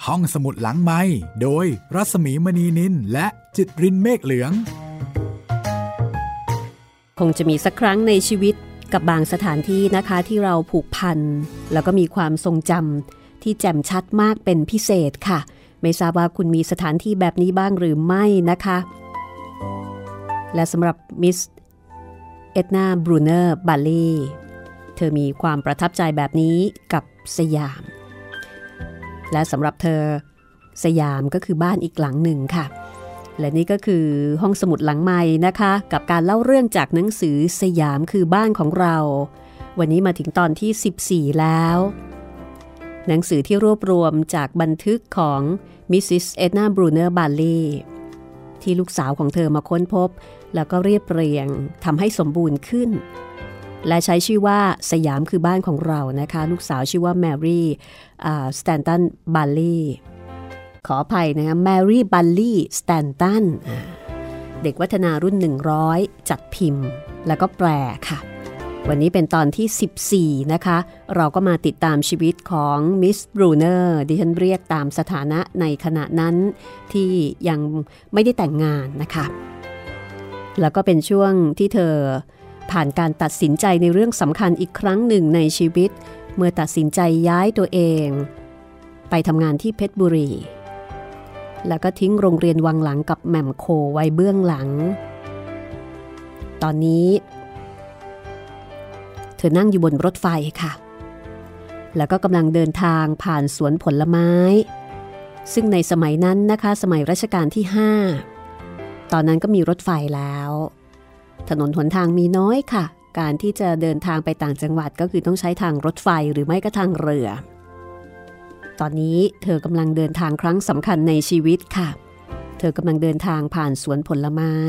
ห้องสมุดหลังไมค์โดยรัศมีมณีนินและจิตรินเมฆเหลืองคงจะมีสักครั้งในชีวิตกับบางสถานที่นะคะที่เราผูกพันแล้วก็มีความทรงจำที่แจ่มชัดมากเป็นพิเศษค่ะไม่ทราบว่าคุณมีสถานที่แบบนี้บ้างหรือไม่นะคะและสำหรับมิสเอ็ดนาบรูเนอร์บัลลีเธอมีความประทับใจแบบนี้กับสยามและสำหรับเธอสยามก็คือบ้านอีกหลังหนึ่งค่ะและนี่ก็คือห้องสมุดหลังใหม่นะคะกับการเล่าเรื่องจากหนังสือสยามคือบ้านของเราวันนี้มาถึงตอนที่14แล้วหนังสือที่รวบรวมจากบันทึกของมิสซิสเอ็ดนาบรูเนอร์บัลลีที่ลูกสาวของเธอมาค้นพบแล้วก็เรียบเรียงทำให้สมบูรณ์ขึ้นและใช้ชื่อว่าสยามคือบ้านของเรานะคะลูกสาวชื่อว่าแมรี่สแตนตันบัลลีขออภัยนะคะแมรี่บัลลี่สแตนตันเด็กวัฒนารุ่น100จัดพิมพ์แล้วก็แปลค่ะวันนี้เป็นตอนที่14นะคะเราก็มาติดตามชีวิตของมิสบรูเนอร์ดิฉันเรียกตามสถานะในขณะนั้นที่ยังไม่ได้แต่งงานนะคะแล้วก็เป็นช่วงที่เธอผ่านการตัดสินใจในเรื่องสำคัญอีกครั้งหนึ่งในชีวิตเมื่อตัดสินใจย้ายตัวเองไปทำงานที่เพชรบุรีแล้วก็ทิ้งโรงเรียนวังหลังกับแหม่มโคไว้เบื้องหลังตอนนี้เธอนั่งอยู่บนรถไฟค่ะแล้วก็กำลังเดินทางผ่านสวนผลไม้ซึ่งในสมัยนั้นนะคะสมัยรัชกาลที่5ตอนนั้นก็มีรถไฟแล้วถนนหนทางมีน้อยค่ะการที่จะเดินทางไปต่างจังหวัดก็คือต้องใช้ทางรถไฟหรือไม่ก็ทางเรือตอนนี้เธอกำลังเดินทางครั้งสำคัญในชีวิตค่ะเธอกำลังเดินทางผ่านสวนผลไม้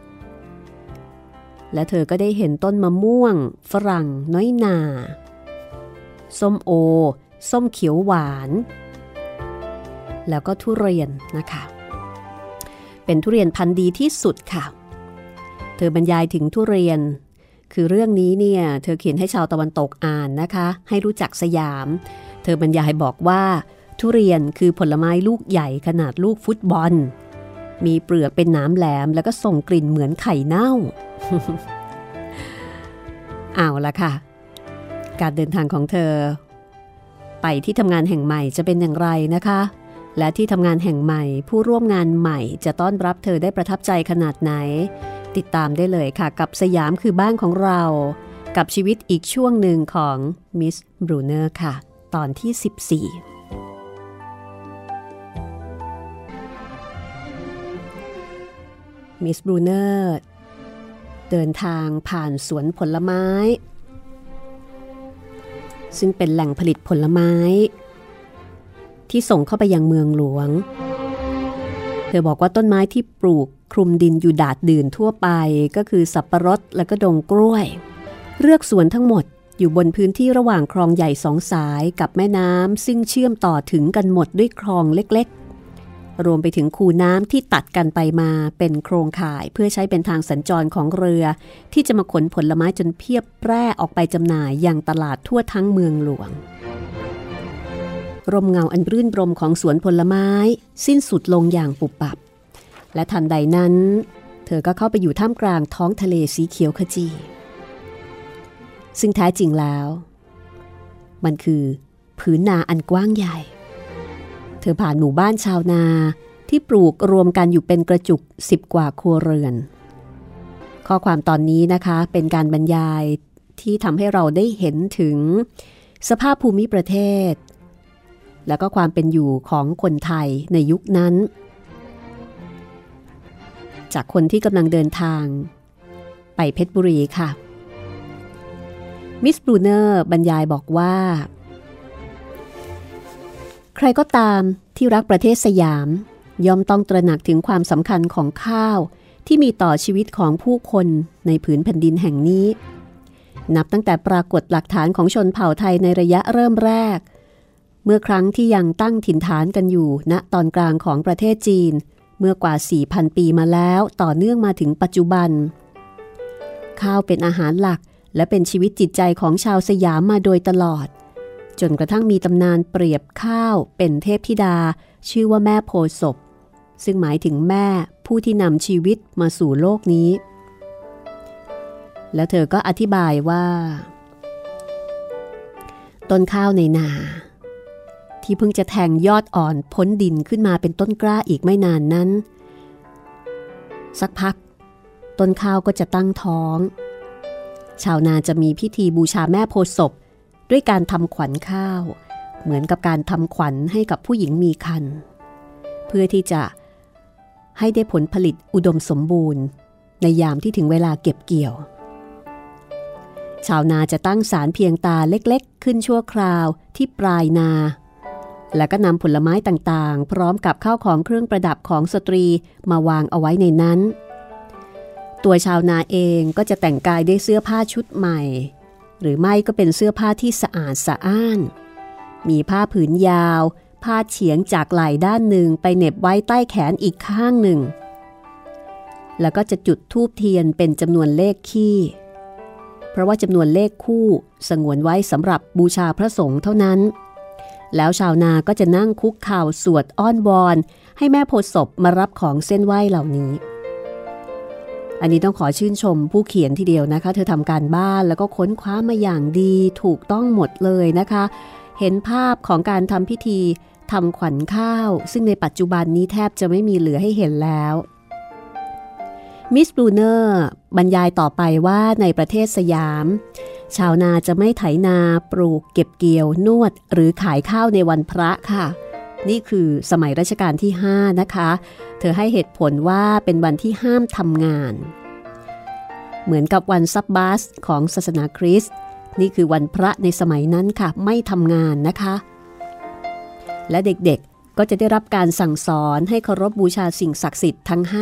และเธอก็ได้เห็นต้นมะม่วงฝรั่งน้อยหน่าส้มโอส้มเขียวหวานแล้วก็ทุเรียนนะคะเป็นทุเรียนพันธุ์ดีที่สุดค่ะเธอบรรยายถึงทุเรียนคือเรื่องนี้เนี่ยเธอเขียนให้ชาวตะวันตกอ่านนะคะให้รู้จักสยามเธอบรรยายบอกว่าทุเรียนคือผลไม้ลูกใหญ่ขนาดลูกฟุตบอลมีเปลือกเป็นหนามแหลมแล้วก็ส่งกลิ่นเหมือนไข่เน่า เอาละค่ะการเดินทางของเธอไปที่ทำงานแห่งใหม่จะเป็นอย่างไรนะคะและที่ทำงานแห่งใหม่ผู้ร่วมงานใหม่จะต้อนรับเธอได้ประทับใจขนาดไหนติดตามได้เลยค่ะกับสยามคือบ้านของเรากับชีวิตอีกช่วงหนึ่งของมิสบรูเนอร์ค่ะตอนที่14มิสบรูเนอร์เดินทางผ่านสวนผลไม้ซึ่งเป็นแหล่งผลิตผลไม้ที่ส่งเข้าไปยังเมืองหลวงเธอบอกว่าต้นไม้ที่ปลูกคลุมดินอยู่ดาดดื่นทั่วไปก็คือสับปะรดและก็ดงกล้วยเรือกสวนทั้งหมดอยู่บนพื้นที่ระหว่างคลองใหญ่2 สายกับแม่น้ำซึ่งเชื่อมต่อถึงกันหมดด้วยคลองเล็กๆรวมไปถึงคูน้ำที่ตัดกันไปมาเป็นโครงข่ายเพื่อใช้เป็นทางสัญจรของเรือที่จะมาขนผลไม้จนเพียบแพร่ออกไปจำหน่ายยังตลาดทั่วทั้งเมืองหลวงร่มเงาอันรื่นรมของสวนผลไม้สิ้นสุดลงอย่างปุบปับและทันใดนั้นเธอก็เข้าไปอยู่ท่ามกลางท้องทะเลสีเขียวขจีซึ่งแท้จริงแล้วมันคือผืนนาอันกว้างใหญ่เธอผ่านหมู่บ้านชาวนาที่ปลูกรวมกันอยู่เป็นกระจุก10 กว่าครัวเรือนข้อความตอนนี้นะคะเป็นการบรรยายที่ทำให้เราได้เห็นถึงสภาพภูมิประเทศและก็ความเป็นอยู่ของคนไทยในยุคนั้นจากคนที่กำลังเดินทางไปเพชรบุรีค่ะมิสบรูเนอร์บรรยายบอกว่าใครก็ตามที่รักประเทศสยามย่อมต้องตระหนักถึงความสำคัญของข้าวที่มีต่อชีวิตของผู้คนในผืนแผ่นดินแห่งนี้นับตั้งแต่ปรากฏหลักฐานของชนเผ่าไทยในระยะเริ่มแรกเมื่อครั้งที่ยังตั้งถิ่นฐานกันอยู่ณตอนกลางของประเทศจีนเมื่อกว่า 4,000 ปีมาแล้วต่อเนื่องมาถึงปัจจุบันข้าวเป็นอาหารหลักและเป็นชีวิตจิตใจของชาวสยามมาโดยตลอดจนกระทั่งมีตำนานเปรียบข้าวเป็นเทพธิดาชื่อว่าแม่โพธิ์ศพซึ่งหมายถึงแม่ผู้ที่นำชีวิตมาสู่โลกนี้แล้วเธอก็อธิบายว่าต้นข้าวในนาที่เพิ่งจะแทงยอดอ่อนพ้นดินขึ้นมาเป็นต้นกล้าอีกไม่นานนั้นสักพักต้นข้าวก็จะตั้งท้องชาวนาจะมีพิธีบูชาแม่โพธิ์ศพด้วยการทำขวัญข้าวเหมือนกับการทำขวัญให้กับผู้หญิงมีครรภ์เพื่อที่จะให้ได้ผลผลิตอุดมสมบูรณ์ในยามที่ถึงเวลาเก็บเกี่ยวชาวนาจะตั้งศาลเพียงตาเล็กๆขึ้นชั่วคราวที่ปลายนาแล้วก็นำผลไม้ต่างๆพร้อมกับข้าวของเครื่องประดับของสตรีมาวางเอาไว้ในนั้นตัวชาวนาเองก็จะแต่งกายด้วยเสื้อผ้าชุดใหม่หรือไม่ก็เป็นเสื้อผ้าที่สะอาดสะอ้านมีผ้าผืนยาวพาดเฉียงจากไหล่ด้านหนึ่งไปเหน็บไว้ใต้แขนอีกข้างหนึ่งแล้วก็จะจุดธูปเทียนเป็นจำนวนเลขคี่เพราะว่าจำนวนเลขคู่สงวนไว้สำหรับบูชาพระสงฆ์เท่านั้นแล้วชาวนาก็จะนั่งคุกเข่าสวดอ้อนวอนให้แม่โพธิ์ศพมารับของเส้นไหว้เหล่านี้อันนี้ต้องขอชื่นชมผู้เขียนทีเดียวนะคะเธอทำการบ้านแล้วก็ค้นคว้ามาอย่างดีถูกต้องหมดเลยนะคะเห็นภาพของการทำพิธีทำขวัญข้าวซึ่งในปัจจุบันนี้แทบจะไม่มีเหลือให้เห็นแล้วมิสบรูเนอร์บรรยายต่อไปว่าในประเทศสยามชาวนาจะไม่ไถนาปลูกเก็บเกี่ยวนวดหรือขายข้าวในวันพระค่ะนี่คือสมัยรัชกาลที่5นะคะเธอให้เหตุผลว่าเป็นวันที่ห้ามทำงานเหมือนกับวันซับบาสของศาสนาคริสต์นี่คือวันพระในสมัยนั้นค่ะไม่ทำงานนะคะและเด็กๆก็จะได้รับการสั่งสอนให้เคารพบูชาสิ่งศักดิ์สิทธิ์ทั้ง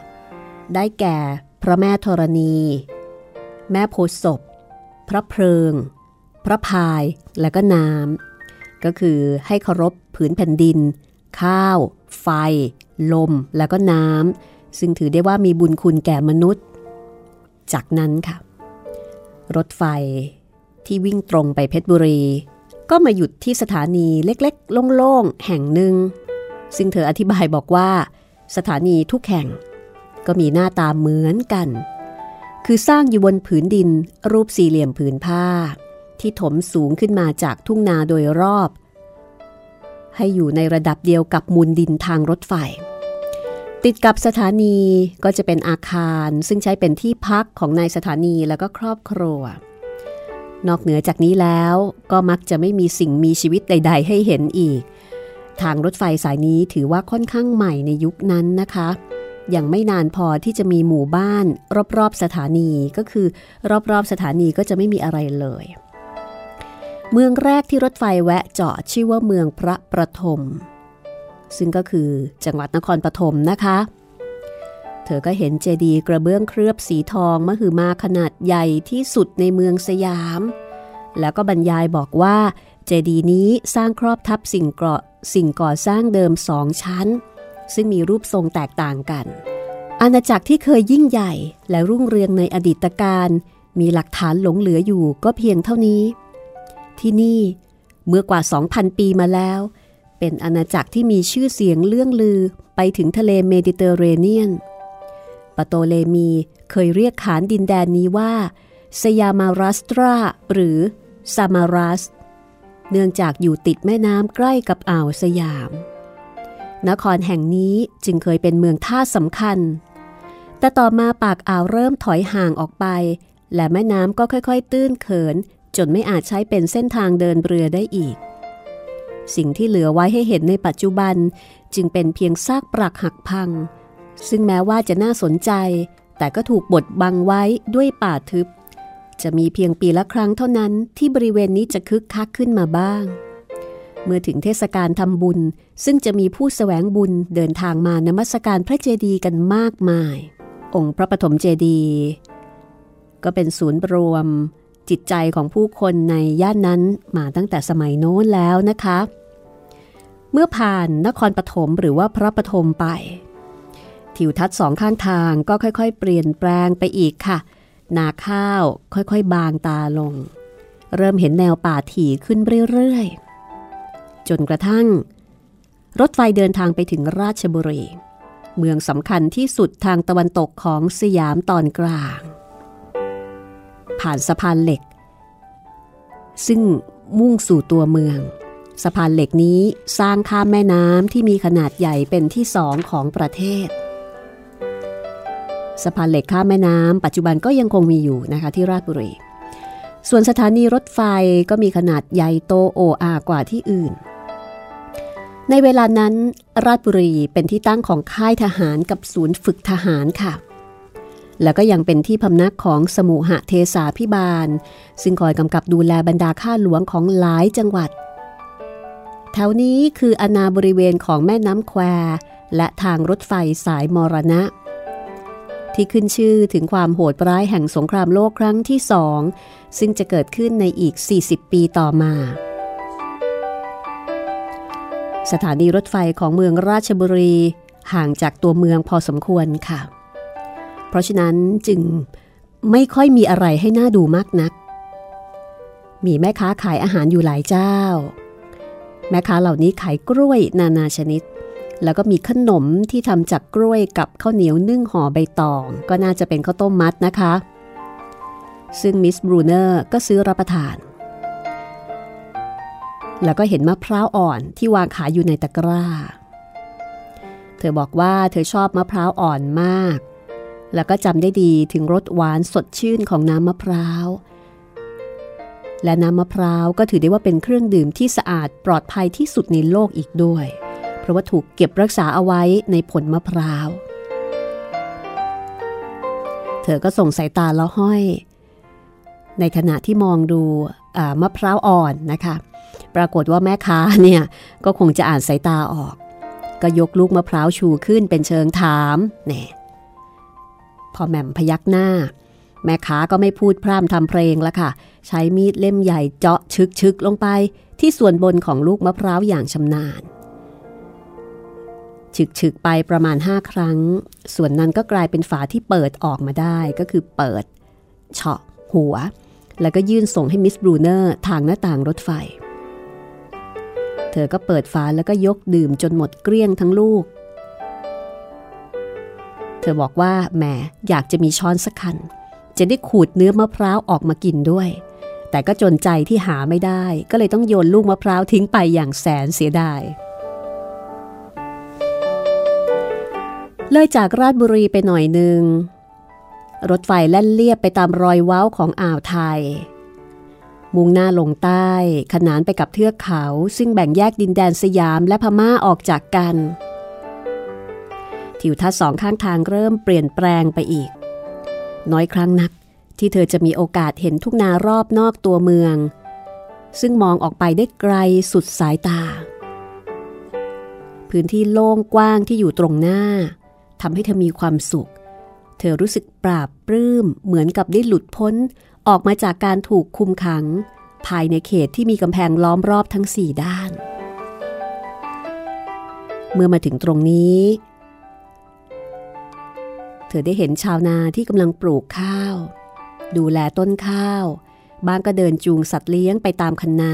5ได้แก่พระแม่ธรณีแม่โพธิ์ศพพระเพลิงพระพายและก็น้ำก็คือให้เคารพผืนแผ่นดินข้าวไฟลมและก็น้ำซึ่งถือได้ว่ามีบุญคุณแก่มนุษย์จากนั้นค่ะรถไฟที่วิ่งตรงไปเพชรบุรีก็มาหยุดที่สถานีเล็กๆโล่งๆแห่งหนึ่งซึ่งเธออธิบายบอกว่าสถานีทุกแห่งก็มีหน้าตาเหมือนกันคือสร้างอยู่บนผืนดินรูปสี่เหลี่ยมผืนผ้าที่ถมสูงขึ้นมาจากทุ่งนาโดยรอบให้อยู่ในระดับเดียวกับมูลดินทางรถไฟติดกับสถานีก็จะเป็นอาคารซึ่งใช้เป็นที่พักของนายสถานีแล้วก็ครอบครัวนอกเหนือจากนี้แล้วก็มักจะไม่มีสิ่งมีชีวิตใดๆให้เห็นอีกทางรถไฟสายนี้ถือว่าค่อนข้างใหม่ในยุคนั้นนะคะยังไม่นานพอที่จะมีหมู่บ้านรอบๆสถานีก็คือรอบๆสถานีก็จะไม่มีอะไรเลยเมืองแรกที่รถไฟแวะจอดชื่อว่าเมืองพระประถมซึ่งก็คือจังหวัดนครปฐมนะคะเธอก็เห็นเจดีย์กระเบื้องเคลือบสีทองมหึมาขนาดใหญ่ที่สุดในเมืองสยามแล้วก็บรรยายบอกว่าเจดีย์นี้สร้างครอบทับสิ่งก่อสร้างเดิม2ชั้นซึ่งมีรูปทรงแตกต่างกันอาณาจักรที่เคยยิ่งใหญ่และรุ่งเรืองในอดีตการมีหลักฐานหลงเหลืออยู่ก็เพียงเท่านี้ที่นี่เมื่อกว่า 2,000 ปีมาแล้วเป็นอาณาจักรที่มีชื่อเสียงเลื่องลือไปถึงทะเลเมดิเตอร์เรเนียนปโตเลมีเคยเรียกขานดินแดนนี้ว่าสยามารัสตราหรือซามารัสเนื่องจากอยู่ติดแม่น้ำใกล้กับอ่าวสยามนครแห่งนี้จึงเคยเป็นเมืองท่าสำคัญแต่ต่อมาปากอ่าวเริ่มถอยห่างออกไปและแม่น้ำก็ค่อยๆตื้นเขินจนไม่อาจใช้เป็นเส้นทางเดินเรือได้อีกสิ่งที่เหลือไว้ให้เห็นในปัจจุบันจึงเป็นเพียงซากปรักหักพังซึ่งแม้ว่าจะน่าสนใจแต่ก็ถูกบดบังไว้ด้วยป่าทึบจะมีเพียงปีละครั้งเท่านั้นที่บริเวณนี้จะคึกคักขึ้นมาบ้างเมื่อถึงเทศกาลทำบุญซึ่งจะมีผู้แสวงบุญเดินทางมานมัสการพระเจดีย์กันมากมายองค์พระปฐมเจดีย์ก็เป็นศูนย์รวมจิตใจของผู้คนในย่านนั้นมาตั้งแต่สมัยโน้นแล้วนะคะเมื่อผ่านนครปฐมหรือว่าพระปฐมไปทิวทัศน์2ข้างทางก็ค่อยๆเปลี่ยนแปลงไปอีกค่ะนาข้าวค่อยๆบางตาลงเริ่มเห็นแนวป่าถี่ขึ้นเรื่อยๆจนกระทั่งรถไฟเดินทางไปถึงราชบุรีเมืองสำคัญที่สุดทางตะวันตกของสยามตอนกลางผ่านสะพานเหล็กซึ่งมุ่งสู่ตัวเมืองสะพานเหล็กนี้สร้างข้ามแม่น้ำที่มีขนาดใหญ่เป็นที่สองของประเทศสะพานเหล็กข้ามแม่น้ำปัจจุบันก็ยังคงมีอยู่นะคะที่ราชบุรีส่วนสถานีรถไฟก็มีขนาดใหญ่โตโอ้อากว่าที่อื่นในเวลานั้นราชบุรีเป็นที่ตั้งของค่ายทหารกับศูนย์ฝึกทหารค่ะแล้วก็ยังเป็นที่พำนักของสมุหเทศาภิบาลซึ่งคอยกำกับดูแลบรรดาข้าหลวงของหลายจังหวัดแถวนี้คืออาณาบริเวณของแม่น้ำแควและทางรถไฟสายมรณะที่ขึ้นชื่อถึงความโหดร้ายแห่งสงครามโลกครั้งที่2ซึ่งจะเกิดขึ้นในอีก40ปีต่อมาสถานีรถไฟของเมืองราชบุรีห่างจากตัวเมืองพอสมควรค่ะเพราะฉะนั้นจึงไม่ค่อยมีอะไรให้น่าดูมากนักมีแม่ค้าขายอาหารอยู่หลายเจ้าแม่ค้าเหล่านี้ขายกล้วยนานาชนิดแล้วก็มีขนมที่ทำจากกล้วยกับข้าวเหนียวนึ่งห่อใบตองก็น่าจะเป็นข้าวต้มมัดนะคะซึ่งมิสบรูเนอร์ก็ซื้อรับประทานแล้วก็เห็นมะพร้าวอ่อนที่วางขายอยู่ในตะกร้าเธอบอกว่าเธอชอบมะพร้าวอ่อนมากแล้วก็จำได้ดีถึงรสหวานสดชื่นของน้ำมะพร้าวและน้ำมะพร้าวก็ถือได้ว่าเป็นเครื่องดื่มที่สะอาดปลอดภัยที่สุดในโลกอีกด้วยเพราะว่าถูกเก็บรักษาเอาไว้ในผลมะพร้าวเธอก็ส่งสายตาละห้อยในขณะที่มองดูมะพร้าวอ่อนนะคะปรากฏว่าแม่ค้าเนี่ยก็คงจะอ่านสายตาออกก็ยกลูกมะพร้าวชูขึ้นเป็นเชิงถามแน่พอแหม่มพยักหน้าแม่ค้าก็ไม่พูดพร่ำทำเพลงละค่ะใช้มีดเล่มใหญ่เจาะชึกลงไปที่ส่วนบนของลูกมะพร้าวอย่างชำนาญฉึกไปประมาณ5ครั้งส่วนนั้นก็กลายเป็นฝาที่เปิดออกมาได้ก็คือเปิดเฉาะหัวแล้วก็ยื่นส่งให้มิสบรูเนอร์ทางหน้าต่างรถไฟเธอก็เปิดฝาแล้วก็ยกดื่มจนหมดเกลี้ยงทั้งลูกเธอบอกว่าแหมอยากจะมีช้อนสักคันจะได้ขูดเนื้อมะพร้าวออกมากินด้วยแต่ก็จนใจที่หาไม่ได้ก็เลยต้องโยนลูกมะพร้าวทิ้งไปอย่างแสนเสียดายเลยจากราชบุรีไปหน่อยนึงรถไฟแล่นเลียบไปตามรอยเว้าของอ่าวไทยมุ่งหน้าลงใต้ขนานไปกับเทือกเขาซึ่งแบ่งแยกดินแดนสยามและพม่าออกจากกันทิวทัศน์สองข้างทางเริ่มเปลี่ยนแปลงไปอีกน้อยครั้งนักที่เธอจะมีโอกาสเห็นทุ่งนารอบนอกตัวเมืองซึ่งมองออกไปได้ไกลสุดสายตาพื้นที่โล่งกว้างที่อยู่ตรงหน้าทำให้เธอมีความสุขเธอรู้สึกปราบปลื้มเหมือนกับได้หลุดพ้นออกมาจากการถูกคุมขังภายในเขตที่มีกำแพงล้อมรอบทั้ง4ด้านเมื่อมาถึงตรงนี้เธอได้เห็นชาวนาที่กำลังปลูกข้าวดูแลต้นข้าวบางก็เดินจูงสัตว์เลี้ยงไปตามคันนา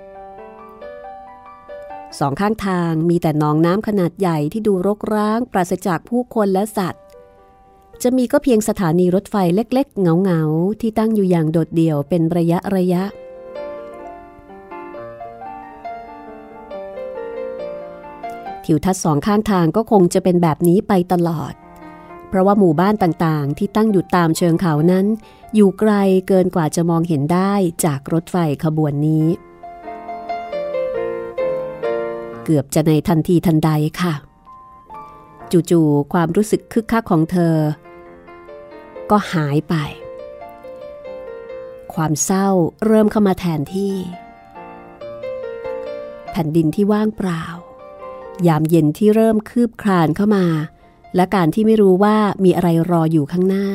สองข้างทางมีแต่หนองน้ำขนาดใหญ่ที่ดูรกร้างปราศจากผู้คนและสัตว์จะมีก็เพียงสถานีรถไฟเล็กๆเงาๆที่ตั้งอยู่อย่างโดดเดี่ยวเป็นระยะทิวทัศน์สองข้างทางก็คงจะเป็นแบบนี้ไปตลอดเพราะว่าหมู่บ้านต่างๆที่ตั้งอยู่ตามเชิงเขานั้นอยู่ไกลเกินกว่าจะมองเห็นได้จากรถไฟขบวนนี้เกือบจะในทันทีทันใดค่ะจู่ๆความรู้สึกคึกคักของเธอก็หายไปความเศร้าเริ่มเข้ามาแทนที่แผ่นดินที่ว่างเปล่ายามเย็นที่เริ่มคืบคลานเข้ามาและการที่ไม่รู้ว่ามีอะไรรออยู่ข้างหน้า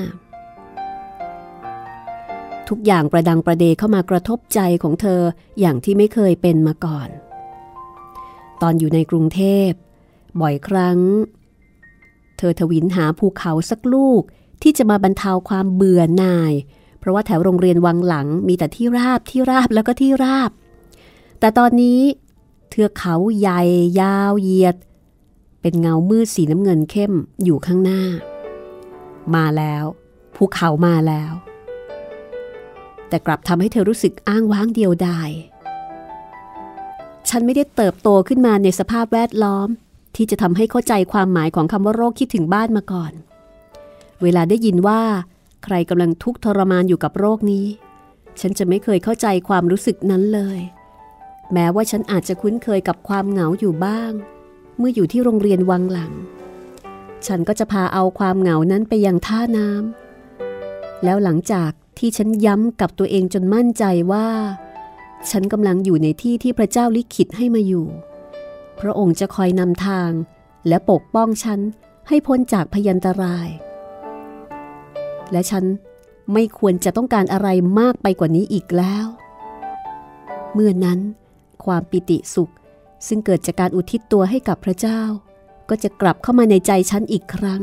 ทุกอย่างประดังประเดเข้ามากระทบใจของเธออย่างที่ไม่เคยเป็นมาก่อนตอนอยู่ในกรุงเทพบ่อยครั้งเธอทวินหาภูเขาสักลูกที่จะมาบรรเทาความเบื่อหน่ายเพราะว่าแถวโรงเรียนวังหลังมีแต่ที่ราบแล้วก็ที่ราบแต่ตอนนี้เทือกเขาใหญ่ยาวเหยียดเป็นเงามืดสีน้ำเงินเข้มอยู่ข้างหน้ามาแล้วภูเขามาแล้วแต่กลับทำให้เธอรู้สึกอ้างว้างเดียวดายฉันไม่ได้เติบโตขึ้นมาในสภาพแวดล้อมที่จะทำให้เข้าใจความหมายของคำว่าโรคคิดถึงบ้านมาก่อนเวลาได้ยินว่าใครกำลังทุกข์ทรมานอยู่กับโรคนี้ฉันจะไม่เคยเข้าใจความรู้สึกนั้นเลยแม้ว่าฉันอาจจะคุ้นเคยกับความเหงาอยู่บ้างเมื่ออยู่ที่โรงเรียนวังหลังฉันก็จะพาเอาความเหงานั้นไปยังท่าน้ำแล้วหลังจากที่ฉันย้ำกับตัวเองจนมั่นใจว่าฉันกำลังอยู่ในที่ที่พระเจ้าลิขิตให้มาอยู่พระองค์จะคอยนำทางและปกป้องฉันให้พ้นจากพยันตรายและฉันไม่ควรจะต้องการอะไรมากไปกว่านี้อีกแล้วเมื่อนั้นความปิติสุขซึ่งเกิดจากการอุทิศตัวให้กับพระเจ้าก็จะกลับเข้ามาในใจฉันอีกครั้ง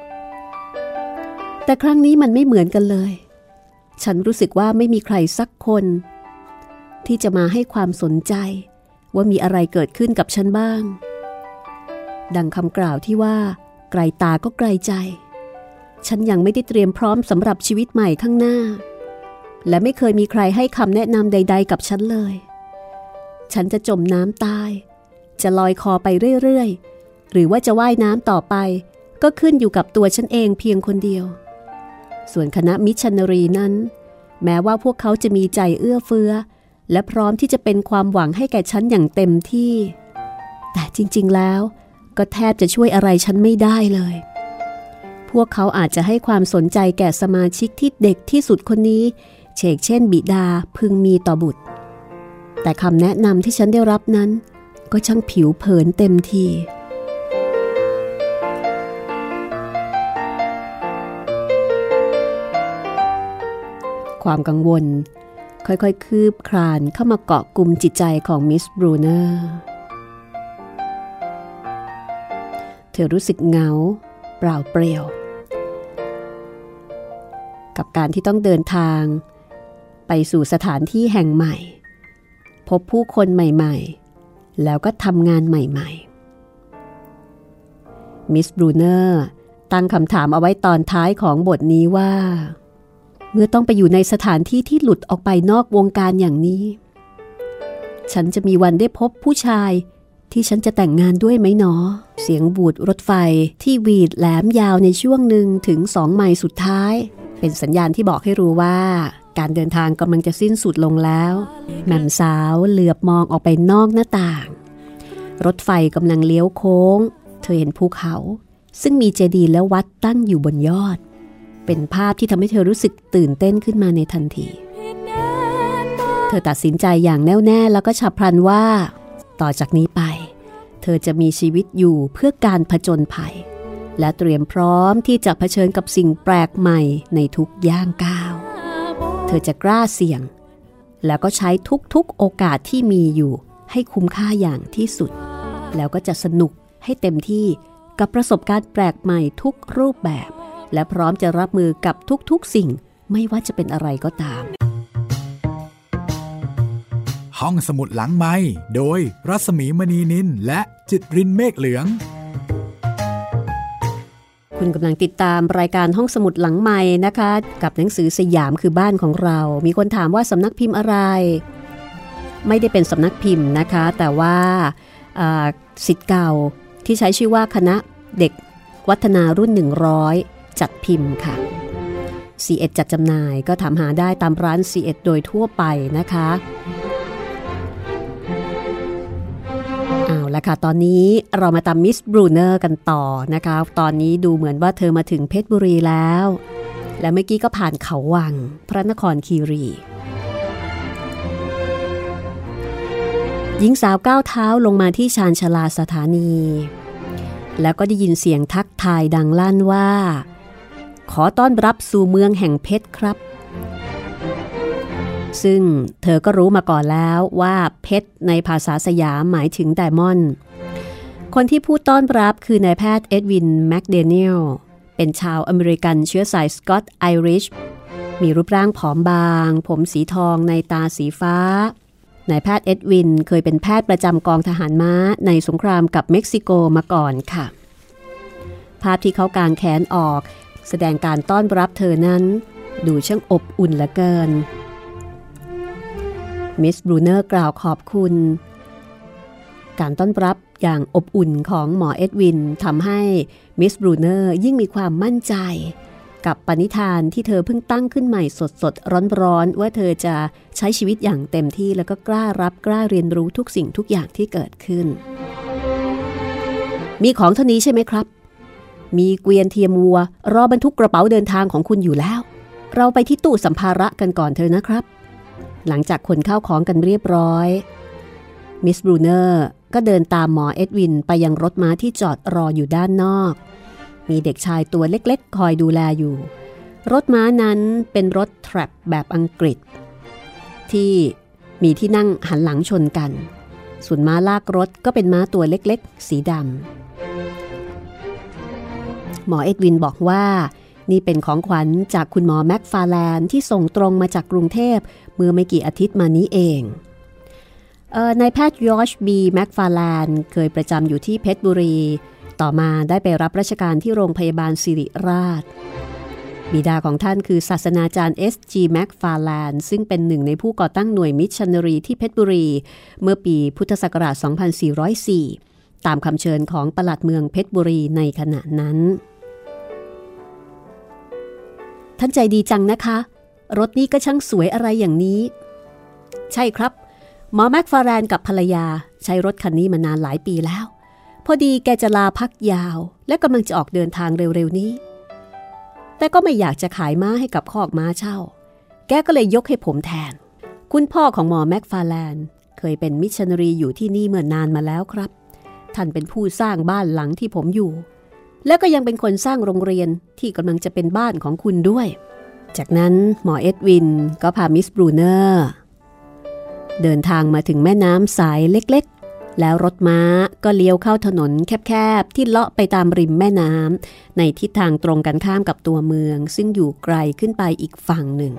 แต่ครั้งนี้มันไม่เหมือนกันเลยฉันรู้สึกว่าไม่มีใครสักคนที่จะมาให้ความสนใจว่ามีอะไรเกิดขึ้นกับฉันบ้างดังคำกล่าวที่ว่าไกลตาก็ไกลใจฉันยังไม่ได้เตรียมพร้อมสำหรับชีวิตใหม่ข้างหน้าและไม่เคยมีใครให้คำแนะนำใดๆกับฉันเลยฉันจะจมน้ำตายจะลอยคอไปเรื่อยๆหรือว่าจะว่ายน้ำต่อไปก็ขึ้นอยู่กับตัวฉันเองเพียงคนเดียวส่วนคณะมิชชันนารีนั้นแม้ว่าพวกเขาจะมีใจเอื้อเฟื้อและพร้อมที่จะเป็นความหวังให้แก่ฉันอย่างเต็มที่แต่จริงๆแล้วก็แทบจะช่วยอะไรฉันไม่ได้เลยพวกเขาอาจจะให้ความสนใจแก่สมาชิกที่เด็กที่สุดคนนี้เช่นบิดาพึงมีต่อบุตรแต่คำแนะนำที่ฉันได้รับนั้นก็ช่างผิวเผินเต็มทีความกังวลค่อยๆคืบคลานเข้ามาเกาะกลุ่มจิตใจของมิสบรูเนอร์เธอรู้สึกเหงาเปล่าเปลี่ยวกับการที่ต้องเดินทางไปสู่สถานที่แห่งใหม่พบผู้คนใหม่ๆแล้วก็ทำงานใหม่ๆมิสบรูเนอร์ตั้งคำถามเอาไว้ตอนท้ายของบทนี้ว่าเมื่อต้องไปอยู่ในสถานที่ที่หลุดออกไปนอกวงการอย่างนี้ฉันจะมีวันได้พบผู้ชายที่ฉันจะแต่งงานด้วยไหมหนอเสียงบูดรถไฟที่หวีดแหลมยาวในช่วงหนึ่งถึง2 ไมล์สุดท้ายเป็นสัญญาณที่บอกให้รู้ว่าการเดินทางกำลังจะสิ้นสุดลงแล้วแม่มสาวเหลือบมองออกไปนอกหน้าต่างรถไฟกำลังเลี้ยวโค้งเธอเห็นภูเขาซึ่งมีเจดีย์และวัดตั้งอยู่บนยอดเป็นภาพที่ทำให้เธอรู้สึกตื่นเต้นขึ้นมาในทันทีเธอตัดสินใจอย่างแน่วแน่แล้วก็ฉับพลันว่าต่อจากนี้ไปเธอจะมีชีวิตอยู่เพื่อการผจญภัยและเตรียมพร้อมที่จะเผชิญกับสิ่งแปลกใหม่ในทุกย่างก้าวเธอจะกล้าเสี่ยงแล้วก็ใช้ทุกๆโอกาสที่มีอยู่ให้คุ้มค่าอย่างที่สุดแล้วก็จะสนุกให้เต็มที่กับประสบการณ์แปลกใหม่ทุกรูปแบบและพร้อมจะรับมือกับทุกๆสิ่งไม่ว่าจะเป็นอะไรก็ตามห้องสมุดหลังไมค์โดยรัศมีมณีนินและจิตรินเมฆเหลืองคุณกำลังติดตามรายการห้องสมุดหลังไมค์นะคะกับหนังสือสยามคือบ้านของเรามีคนถามว่าสำนักพิมพ์อะไรไม่ได้เป็นสำนักพิมพ์นะคะแต่ว่าศิษย์เก่าที่ใช้ชื่อว่าคณะเด็กวัฒนารุ่น100จัดพิมพ์ค่ะ C1 จัดจำหน่ายก็ถามหาได้ตามร้าน C1 โดยทั่วไปนะคะเอาละค่ะตอนนี้เรามาตามมิสบรูเนอร์กันต่อนะคะตอนนี้ดูเหมือนว่าเธอมาถึงเพชรบุรีแล้วและเมื่อกี้ก็ผ่านเขาวังพระนครคีรีหญิงสาวก้าวเท้าลงมาที่ชานชาลาสถานีแล้วก็ได้ยินเสียงทักทายดังลั่นว่าขอต้อนรับสู่เมืองแห่งเพชรครับซึ่งเธอก็รู้มาก่อนแล้วว่าเพชรในภาษาสยามหมายถึงไดมอนด์คนที่พูดต้อนรับคือนายแพทย์เอ็ดวินแมคเดเนียลเป็นชาวอเมริกันเชื้อสายสกอตไอริชมีรูปร่างผอมบางผมสีทองในตาสีฟ้านายแพทย์เอ็ดวินเคยเป็นแพทย์ประจำกองทหารม้าในสงครามกับเม็กซิโกมาก่อนค่ะภาพที่เขากางแขนออกแสดงการต้อนรับเธอนั้นดูช่างอบอุ่นเหลือเกินมิสบรูเนอร์กล่าวขอบคุณการต้อนรับอย่างอบอุ่นของหมอเอ็ดวินทำให้มิสบรูเนอร์ยิ่งมีความมั่นใจกับปณิธานที่เธอเพิ่งตั้งขึ้นใหม่สดๆร้อนๆว่าเธอจะใช้ชีวิตอย่างเต็มที่แล้วก็กล้ารับกล้าเรียนรู้ทุกสิ่งทุกอย่างที่เกิดขึ้นมีของเท่านี้ใช่ไหมครับมีเกวียนเทียมวัวรอบรรทุกกระเป๋าเดินทางของคุณอยู่แล้วเราไปที่ตู้สัมภาระกันก่อนเถอะนะครับหลังจากขนข้าวของกันเรียบร้อยมิสบรูเนอร์ก็เดินตามหมอเอ็ดวินไปยังรถม้าที่จอดรออยู่ด้านนอกมีเด็กชายตัวเล็กๆคอยดูแลอยู่รถม้านั้นเป็นรถแทรปแบบอังกฤษที่มีที่นั่งหันหลังชนกันส่วนม้าลากรถก็เป็นม้าตัวเล็กๆสีดำหมอเอ็ดวินบอกว่านี่เป็นของขวัญจากคุณหมอแม็กฟาแลนด์ที่ส่งตรงมาจากกรุงเทพเมื่อไม่กี่อาทิตย์มานี้เองนายแพทย์ยอร์จบีแม็กฟาแลนด์เคยประจำอยู่ที่เพชรบุรีต่อมาได้ไปรับราชการที่โรงพยาบาลศิริราชบิดาของท่านคือศาสนาจารย์ S.G. แม็กฟาแลนด์ซึ่งเป็นหนึ่งในผู้ก่อตั้งหน่วยมิชชันนารีที่เพชรบุรีเมื่อปีพุทธศักราช 2404 ตามคำเชิญของปลัดเมืองเพชรบุรีในขณะนั้นท่านใจดีจังนะคะรถนี้ก็ช่างสวยอะไรอย่างนี้ใช่ครับหมอแม็กฟาแลนด์กับภรรยาใช้รถคันนี้มานานหลายปีแล้วพอดีแกจะลาพักยาวและกำลังจะออกเดินทางเร็วๆนี้แต่ก็ไม่อยากจะขายม้าให้กับคอกม้าเช่าแกก็เลยยกให้ผมแทนคุณพ่อของหมอแม็กฟาแลนด์เคยเป็นมิชชันนารีอยู่ที่นี่เมื่อนานมาแล้วครับท่านเป็นผู้สร้างบ้านหลังที่ผมอยู่และก็ยังเป็นคนสร้างโรงเรียนที่กำลังจะเป็นบ้านของคุณด้วยจากนั้นหมอเอ็ดวินก็พามิสบรูเนอร์เดินทางมาถึงแม่น้ำสายเล็กๆแล้วรถม้าก็เลี้ยวเข้าถนนแคบๆที่เลาะไปตามริมแม่น้ำในทิศทางตรงกันข้ามกับตัวเมืองซึ่งอยู่ไกลขึ้นไปอีกฝั่งหนึ่ง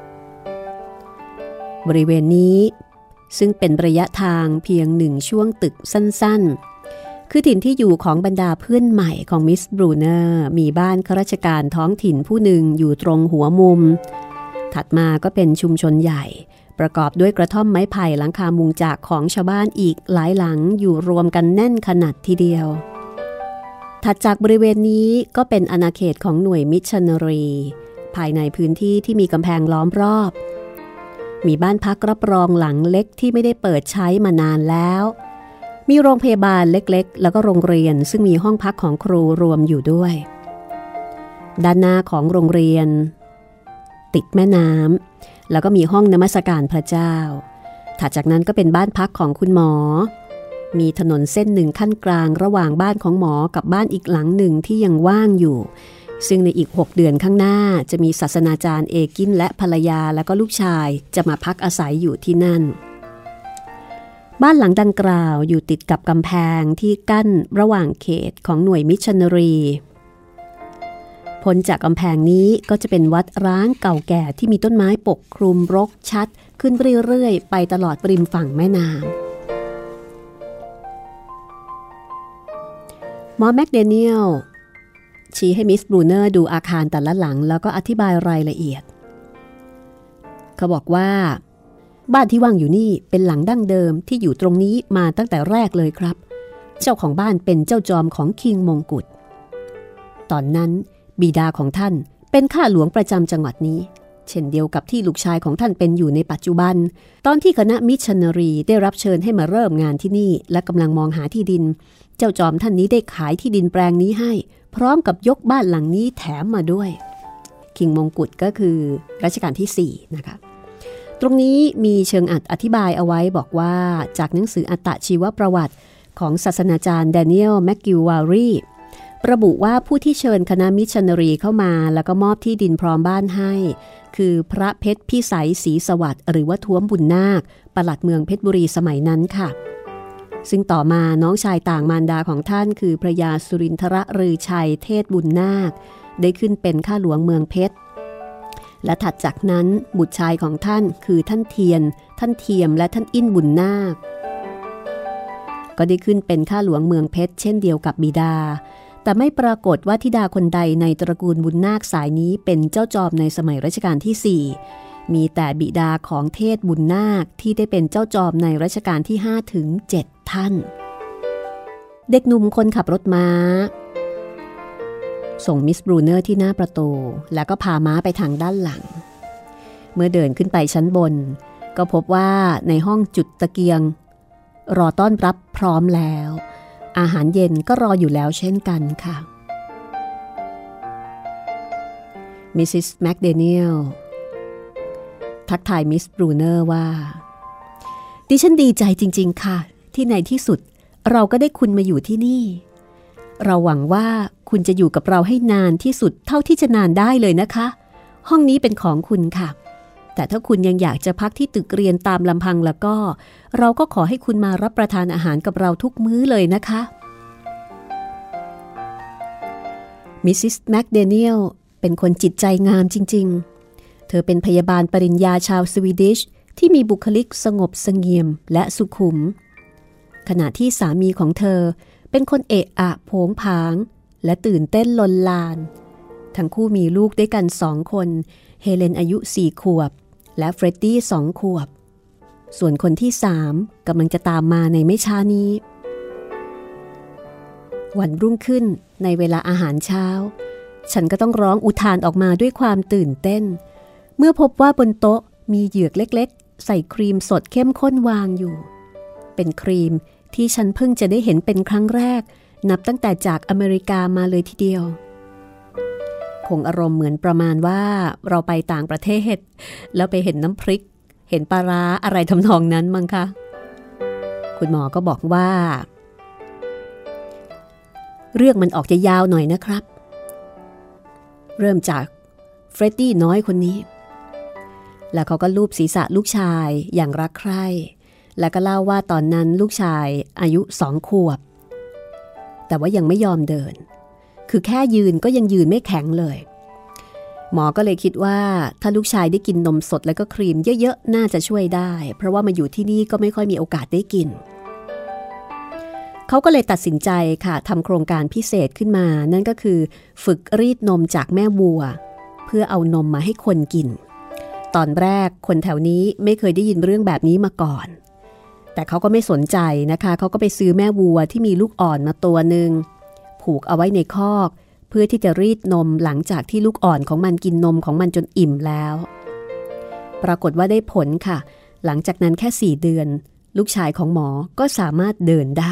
บริเวณนี้ซึ่งเป็นระยะทางเพียงหนึ่งช่วงตึกสั้นๆคือถิ่นที่อยู่ของบรรดาเพื่อนใหม่ของมิสบรูเนอร์มีบ้านข้าราชการท้องถิ่นผู้หนึ่งอยู่ตรงหัวมุมถัดมาก็เป็นชุมชนใหญ่ประกอบด้วยกระท่อมไม้ไผ่หลังคามุงจากของชาวบ้านอีกหลายหลังอยู่รวมกันแน่นขนาดทีเดียวถัดจากบริเวณนี้ก็เป็นอาณาเขตของหน่วยมิชชันนารีภายในพื้นที่ที่มีกำแพงล้อมรอบมีบ้านพักรับรองหลังเล็กที่ไม่ได้เปิดใช้มานานแล้วมีโรงพยาบาลเล็กๆแล้วก็โรงเรียนซึ่งมีห้องพักของครูรวมอยู่ด้วยด้านหน้าของโรงเรียนติดแม่น้ำแล้วก็มีห้องนมัสการพระเจ้าถัดจากนั้นก็เป็นบ้านพักของคุณหมอมีถนนเส้นหนึ่งขั้นกลางระหว่างบ้านของหมอกับบ้านอีกหลังหนึ่งที่ยังว่างอยู่ซึ่งในอีก6เดือนข้างหน้าจะมีศาสนาจารย์เอกินและภรรยาแล้วก็ลูกชายจะมาพักอาศัยอยู่ที่นั่นบ้านหลังดังกล่าวอยู่ติดกับกำแพงที่กั้นระหว่างเขตของหน่วยมิชชันนารีพ้นจากกำแพงนี้ก็จะเป็นวัดร้างเก่าแก่ที่มีต้นไม้ปกคลุมรกชัดขึ้นเรื่อยๆไปตลอดริมฝั่งแม่น้ำหมอแมคเดเนียลชี้ให้มิสบรูเนอร์ดูอาคารแต่ละหลังแล้วก็อธิบายรายละเอียดเขาบอกว่าบ้านที่ว่างอยู่นี่เป็นหลังดั้งเดิมที่อยู่ตรงนี้มาตั้งแต่แรกเลยครับเจ้าของบ้านเป็นเจ้าจอมของคิงมงกุฎตอนนั้นบิดาของท่านเป็นข้าหลวงประจำจังหวัดนี้เช่นเดียวกับที่ลูกชายของท่านเป็นอยู่ในปัจจุบันตอนที่คณะมิชชันนารีได้รับเชิญให้มาเริ่มงานที่นี่และกำลังมองหาที่ดินเจ้าจอมท่านนี้ได้ขายที่ดินแปลงนี้ให้พร้อมกับยกบ้านหลังนี้แถมมาด้วยคิงมงกุฎก็คือรัชกาลที่4นะคะตรงนี้มีเชิงอธิบายเอาไว้บอกว่าจากหนังสืออัตชีวประวัติของศาสนาจารย์แดเนียลแมคกิวารีระบุว่าผู้ที่เชิญคณะมิชชันนารีเข้ามาแล้วก็มอบที่ดินพร้อมบ้านให้คือพระเพชรพิสัยศรีสวัสดิ์หรือว่าท้วมบุญนาคปลัดเมืองเพชรบุรีสมัยนั้นค่ะซึ่งต่อมาน้องชายต่างมารดาของท่านคือพระยาสุรินทรฤชัยเทศบุญนาคได้ขึ้นเป็นข้าหลวงเมืองเพชรและถัดจากนั้นบุตรชายของท่านคือท่านเทียนท่านเทียมและท่านอิ้นบุญนาคก็ได้ขึ้นเป็นข้าหลวงเมืองเพชรเช่นเดียวกับบิดาแต่ไม่ปรากฏว่าธิดาคนใดในตระกูลบุญนาคสายนี้เป็นเจ้าจอมในสมัยรัชกาลที่4มีแต่บิดาของเทศบุญนาคที่ได้เป็นเจ้าจอมในรัชกาลที่5ถึง7ท่านเด็กหนุ่มคนขับรถม้าส่งมิสบรูเนอร์ที่หน้าประตูแล้วก็พาม้าไปทางด้านหลังเมื่อเดินขึ้นไปชั้นบนก็พบว่าในห้องจุดตะเกียงรอต้อนรับพร้อมแล้วอาหารเย็นก็รออยู่แล้วเช่นกันค่ะมิสซิสแมคเดเนียลทักทายมิสบรูเนอร์ว่าดิฉันดีใจจริงๆค่ะที่ในที่สุดเราก็ได้คุณมาอยู่ที่นี่เราหวังว่าคุณจะอยู่กับเราให้นานที่สุดเท่าที่จะนานได้เลยนะคะห้องนี้เป็นของคุณค่ะแต่ถ้าคุณยังอยากจะพักที่ตึกเรียนตามลำพังแล้วก็เราก็ขอให้คุณมารับประทานอาหารกับเราทุกมื้อเลยนะคะมิสซิสแมคเดเนียลเป็นคนจิตใจงามจริงๆเธอเป็นพยาบาลปริญญาชาวสวีดิชที่มีบุคลิกสงบเสงี่ยมและสุขุมขณะที่สามีของเธอเป็นคนเอะอะโผงผางและตื่นเต้นลนลานทั้งคู่มีลูกด้วยกัน2คนเฮเลนอายุ4 ขวบและเฟรดดี้2 ขวบส่วนคนที่3กำลังจะตามมาในไม่ช้านี้วันรุ่งขึ้นในเวลาอาหารเช้าฉันก็ต้องร้องอุทานออกมาด้วยความตื่นเต้นเมื่อพบว่าบนโต๊ะมีเหยือกเล็กๆใส่ครีมสดเข้มข้นวางอยู่เป็นครีมที่ฉันเพิ่งจะได้เห็นเป็นครั้งแรกนับตั้งแต่จากอเมริกามาเลยทีเดียวคงอารมณ์เหมือนประมาณว่าเราไปต่างประเทศแล้วไปเห็นน้ำพริกเห็นปลาร้าอะไรทำนองนั้นมั้งคะคุณหมอก็บอกว่าเรื่องมันออกจะยาวหน่อยนะครับเริ่มจากเฟรดดี้น้อยคนนี้แล้วเขาก็ลูบศีรษะลูกชายอย่างรักใคร่แล้วก็เล่าว่าตอนนั้นลูกชายอายุ2 ขวบแต่ว่ายังไม่ยอมเดินคือแค่ยืนก็ยังยืนไม่แข็งเลยหมอก็เลยคิดว่าถ้าลูกชายได้กินนมสดแล้วก็ครีมเยอะๆน่าจะช่วยได้เพราะว่ามาอยู่ที่นี่ก็ไม่ค่อยมีโอกาสได้กินเขาก็เลยตัดสินใจค่ะทำโครงการพิเศษขึ้นมานั่นก็คือฝึกรีดนมจากแม่วัวเพื่อเอานมมาให้คนกินตอนแรกคนแถวนี้ไม่เคยได้ยินเรื่องแบบนี้มาก่อนแต่เขาก็ไม่สนใจนะคะเขาก็ไปซื้อแม่วัวที่มีลูกอ่อนมาตัวหนึ่งผูกเอาไว้ในคอกเพื่อที่จะรีดนมหลังจากที่ลูกอ่อนของมันกินนมของมันจนอิ่มแล้วปรากฏว่าได้ผลค่ะหลังจากนั้นแค่4 เดือนลูกชายของหมอก็สามารถเดินได้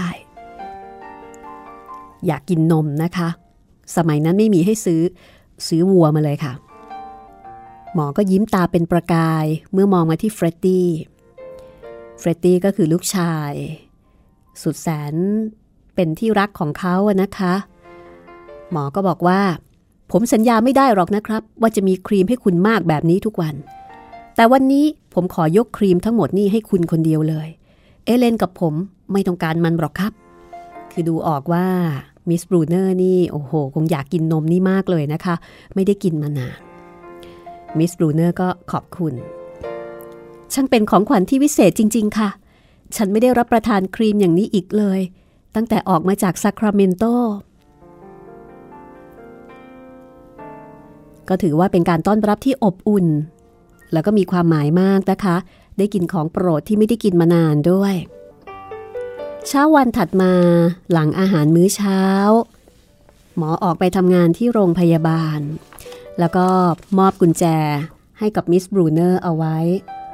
อยากกินนมนะคะสมัยนั้นไม่มีให้ซื้อวัวมาเลยค่ะหมอก็ยิ้มตาเป็นประกายเมื่อมองมาที่เฟรดดี้ก็คือลูกชายสุดแสนเป็นที่รักของเขาอะนะคะหมอก็บอกว่าผมสัญญาไม่ได้หรอกนะครับว่าจะมีครีมให้คุณมากแบบนี้ทุกวันแต่วันนี้ผมขอยกครีมทั้งหมดนี่ให้คุณคนเดียวเลยเอเลนกับผมไม่ต้องการมันหรอกครับคือดูออกว่ามิสบรูเนอร์นี่โอ้โหคงอยากกินนมนี่มากเลยนะคะไม่ได้กินมานานมิสบรูเนอร์ก็ขอบคุณช่างเป็นของขวัญที่วิเศษจริงๆค่ะฉันไม่ได้รับประทานครีมอย่างนี้อีกเลยตั้งแต่ออกมาจากซัคราเมนโตก็ถือว่าเป็นการต้อนรับที่อบอุ่นแล้วก็มีความหมายมากนะคะได้กินของโปรดที่ไม่ได้กินมานานด้วยเช้าวันถัดมาหลังอาหารมื้อเช้าหมอออกไปทำงานที่โรงพยาบาลแล้วก็มอบกุญแจให้กับมิสบรูเนอร์เอาไว้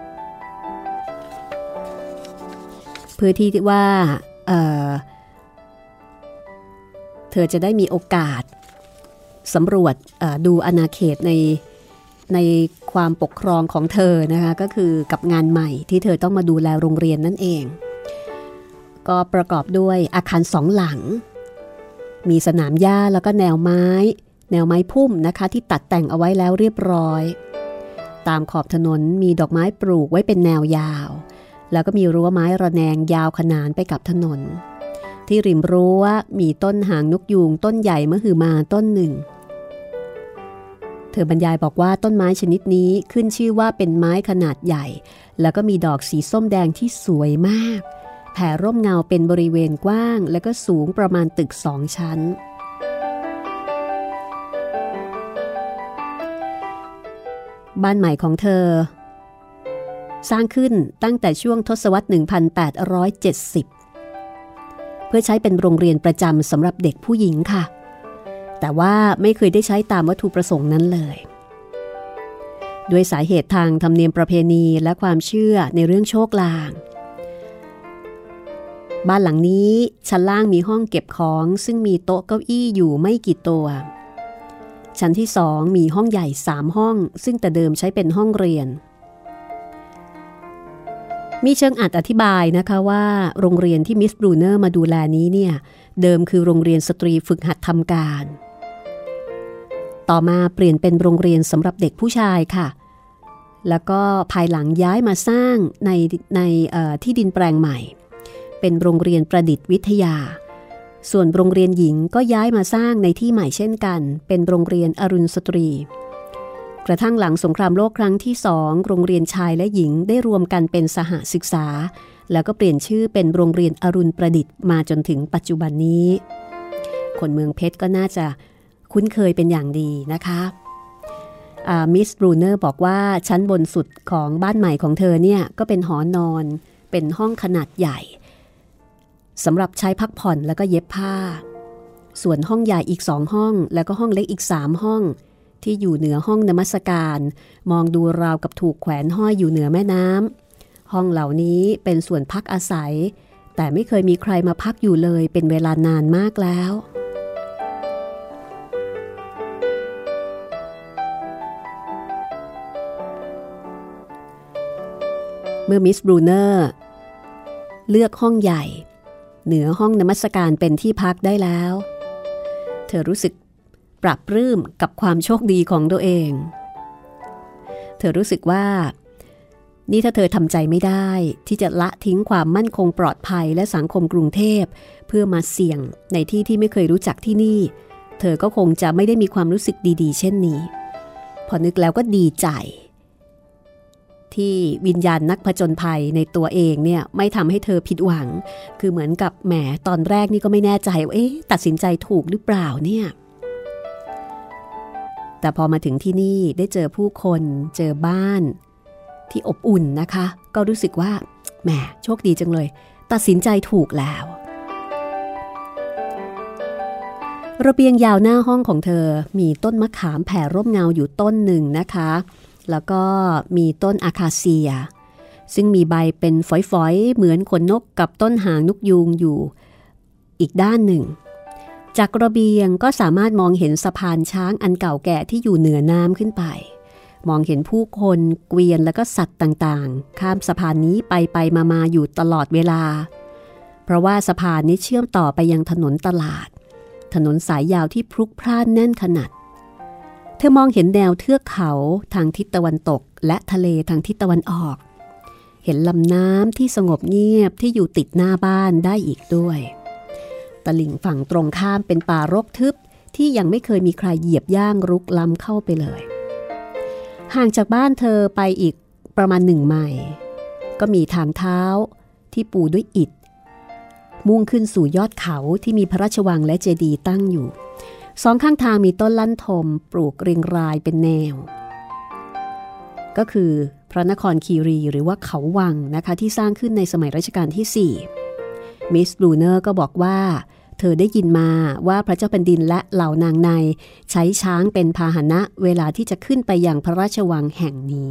เพื่อที่ว่าเธอจะได้มีโอกาสสำรวจดูอาณาเขตในความปกครองของเธอนะคะก็คือกับงานใหม่ที่เธอต้องมาดูแลโรงเรียนนั่นเองก็ประกอบด้วยอาคาร2 หลังมีสนามหญ้าแล้วก็แนวไม้พุ่มนะคะที่ตัดแต่งเอาไว้แล้วเรียบร้อยตามขอบถนนมีดอกไม้ปลูกไว้เป็นแนวยาวแล้วก็มีรั้วไม้ระแนงยาวขนานไปกับถนนที่ริมรั้วมีต้นหางนกยูงต้นใหญ่มหึมาต้นหนึ่งเธอบรรยายบอกว่าต้นไม้ชนิดนี้ขึ้นชื่อว่าเป็นไม้ขนาดใหญ่แล้วก็มีดอกสีส้มแดงที่สวยมากแผ่ร่มเงาเป็นบริเวณกว้างแล้วก็สูงประมาณตึก2 ชั้นบ้านใหม่ของเธอสร้างขึ้นตั้งแต่ช่วงทศวรรษ 1870 เพื่อใช้เป็นโรงเรียนประจำสำหรับเด็กผู้หญิงค่ะแต่ว่าไม่เคยได้ใช้ตามวัตถุประสงค์นั้นเลยด้วยสาเหตุทางธรรมเนียมประเพณีและความเชื่อในเรื่องโชคลางบ้านหลังนี้ชั้นล่างมีห้องเก็บของซึ่งมีโต๊ะเก้าอี้อยู่ไม่กี่ตัวชั้นที่2มีห้องใหญ่3ห้องซึ่งแต่เดิมใช้เป็นห้องเรียนมีเชิงอธิบายนะคะว่าโรงเรียนที่มิสบรูเนอร์มาดูแลนี้เนี่ยเดิมคือโรงเรียนสตรีฝึกหัดทำการต่อมาเปลี่ยนเป็นโรงเรียนสำหรับเด็กผู้ชายค่ะแล้วก็ภายหลังย้ายมาสร้างในที่ดินแปลงใหม่เป็นโรงเรียนประดิษฐ์วิทยาส่วนโรงเรียนหญิงก็ย้ายมาสร้างในที่ใหม่เช่นกันเป็นโรงเรียนอรุณสตรีกระทั่งหลังสงครามโลกครั้งที่2โรงเรียนชายและหญิงได้รวมกันเป็นสหศึกษาแล้วก็เปลี่ยนชื่อเป็นโรงเรียนอรุณประดิษฐ์มาจนถึงปัจจุบันนี้คนเมืองเพชรก็น่าจะคุ้นเคยเป็นอย่างดีนะคะมิสบรูเนอร์บอกว่าชั้นบนสุดของบ้านใหม่ของเธอเนี่ยก็เป็นหอนอนเป็นห้องขนาดใหญ่สำหรับใช้พักผ่อนแล้วก็เย็บผ้าส่วนห้องใหญ่อีก2ห้องแล้วก็ห้องเล็กอีก3ห้องที่อยู่เหนือห้องนมัสการมองดูราวกับถูกแขวนห้อยอยู่เหนือแม่น้ำห้องเหล่านี้เป็นส่วนพักอาศัยแต่ไม่เคยมีใครมาพักอยู่เลยเป็นเวลานานมากแล้วเมื่อมิสบรูเนอร์เลือกห้องใหญ่เหนือห้องนมัสการเป็นที่พักได้แล้วเธอรู้สึกปรับปลื้มกับความโชคดีของตัวเองเธอรู้สึกว่านี่ถ้าเธอทำใจไม่ได้ที่จะละทิ้งความมั่นคงปลอดภัยและสังคมกรุงเทพเพื่อมาเสี่ยงในที่ที่ไม่เคยรู้จักที่นี่เธอก็คงจะไม่ได้มีความรู้สึกดีๆเช่นนี้พอนึกแล้วก็ดีใจที่วิญญาณนักผจญภัยในตัวเองเนี่ยไม่ทำให้เธอผิดหวังคือเหมือนกับแหมตอนแรกนี่ก็ไม่แน่ใจว่าตัดสินใจถูกหรือเปล่าเนี่ยแต่พอมาถึงที่นี่ได้เจอผู้คนเจอบ้านที่อบอุ่นนะคะก็รู้สึกว่าแหมโชคดีจังเลยตัดสินใจถูกแล้วระเบียงยาวหน้าห้องของเธอมีต้นมะขามแผ่ร่มเงาอยู่ต้นหนึ่งนะคะแล้วก็มีต้นอาคาเซียซึ่งมีใบเป็นฝอยๆเหมือนขนนกกับต้นหางนกยูงอยู่อีกด้านหนึ่งจากระเบียงก็สามารถมองเห็นสะพานช้างอันเก่าแก่ที่อยู่เหนือน้ำขึ้นไปมองเห็นผู้คนเกวียนและก็สัตว์ต่างๆข้ามสะพานนี้ไปมาอยู่ตลอดเวลาเพราะว่าสะพานนี้เชื่อมต่อไปยังถนนตลาดถนนสายยาวที่พลุกพล่านแน่นขนาดเธอมองเห็นแนวเทือกเขาทางทิศตะวันตกและทะเลทางทิศตะวันออกเห็นลำน้ำที่สงบเงียบที่อยู่ติดหน้าบ้านได้อีกด้วยตลิ่งฝั่งตรงข้ามเป็นป่ารกทึบที่ยังไม่เคยมีใครเหยียบย่างรุกล้ำเข้าไปเลยห่างจากบ้านเธอไปอีกประมาณ1 ไมล์ก็มีทางเท้าที่ปูด้วยอิฐมุ่งขึ้นสู่ยอดเขาที่มีพระราชวังและเจดีย์ตั้งอยู่2 ข้างทางมีต้นลั่นทมปลูกเรียงรายเป็นแนวก็คือพระนครคีรีหรือว่าเขาวังนะคะที่สร้างขึ้นในสมัยรัชกาลที่4มิสบรูเนอร์ก็บอกว่าเธอได้ยินมาว่าพระเจ้าแผ่นดินและเหล่านางในใช้ช้างเป็นพาหนะเวลาที่จะขึ้นไปยังพระราชวังแห่งนี้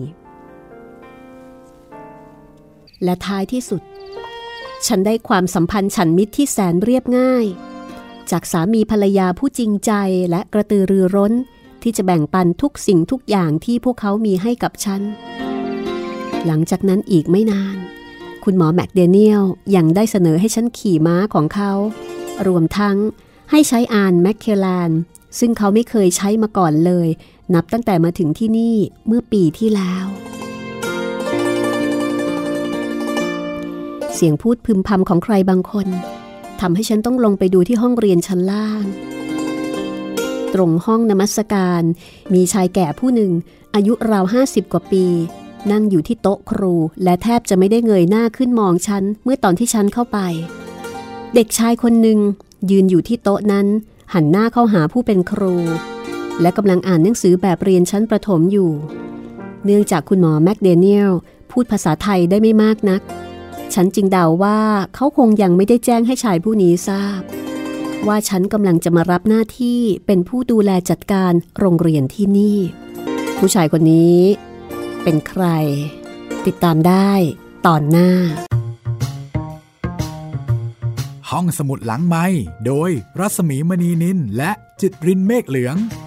และท้ายที่สุดฉันได้ความสัมพันธ์ฉันมิตรที่แสนเรียบง่ายจากสามีภรรยาผู้จริงใจและกระตือรือร้นที่จะแบ่งปันทุกสิ่งทุกอย่างที่พวกเขามีให้กับฉันหลังจากนั้นอีกไม่นานคุณหมอแมคเดเนียลยังได้เสนอให้ฉันขี่ม้าของเขารวมทั้งให้ใช้อานแมคเคลานซึ่งเขาไม่เคยใช้มาก่อนเลยนับตั้งแต่มาถึงที่นี่เมื่อปีที่แล้วเสียงพูดพึมพำของใครบางคนทำให้ฉันต้องลงไปดูที่ห้องเรียนชั้นล่างตรงห้องนมัสการมีชายแก่ผู้หนึ่งอายุราว50 กว่าปีนั่งอยู่ที่โต๊ะครูและแทบจะไม่ได้เงยหน้าขึ้นมองฉันเมื่อตอนที่ฉันเข้าไปเด็กชายคนหนึ่งยืนอยู่ที่โต๊ะนั้นหันหน้าเข้าหาผู้เป็นครูและกำลังอ่านหนังสือแบบเรียนชั้นประถมอยู่เนื่องจากคุณหมอแมคเดเนียลพูดภาษาไทยได้ไม่มากนักฉันจึงเดาว่าเขาคงยังไม่ได้แจ้งให้ชายผู้นี้ทราบว่าฉันกำลังจะมารับหน้าที่เป็นผู้ดูแลจัดการโรงเรียนที่นี่ผู้ชายคนนี้เป็นใครติดตามได้ตอนหน้าห้องสมุดหลังไมค์โดยรัศมีมณีนินและจิตรินเมฆเหลือง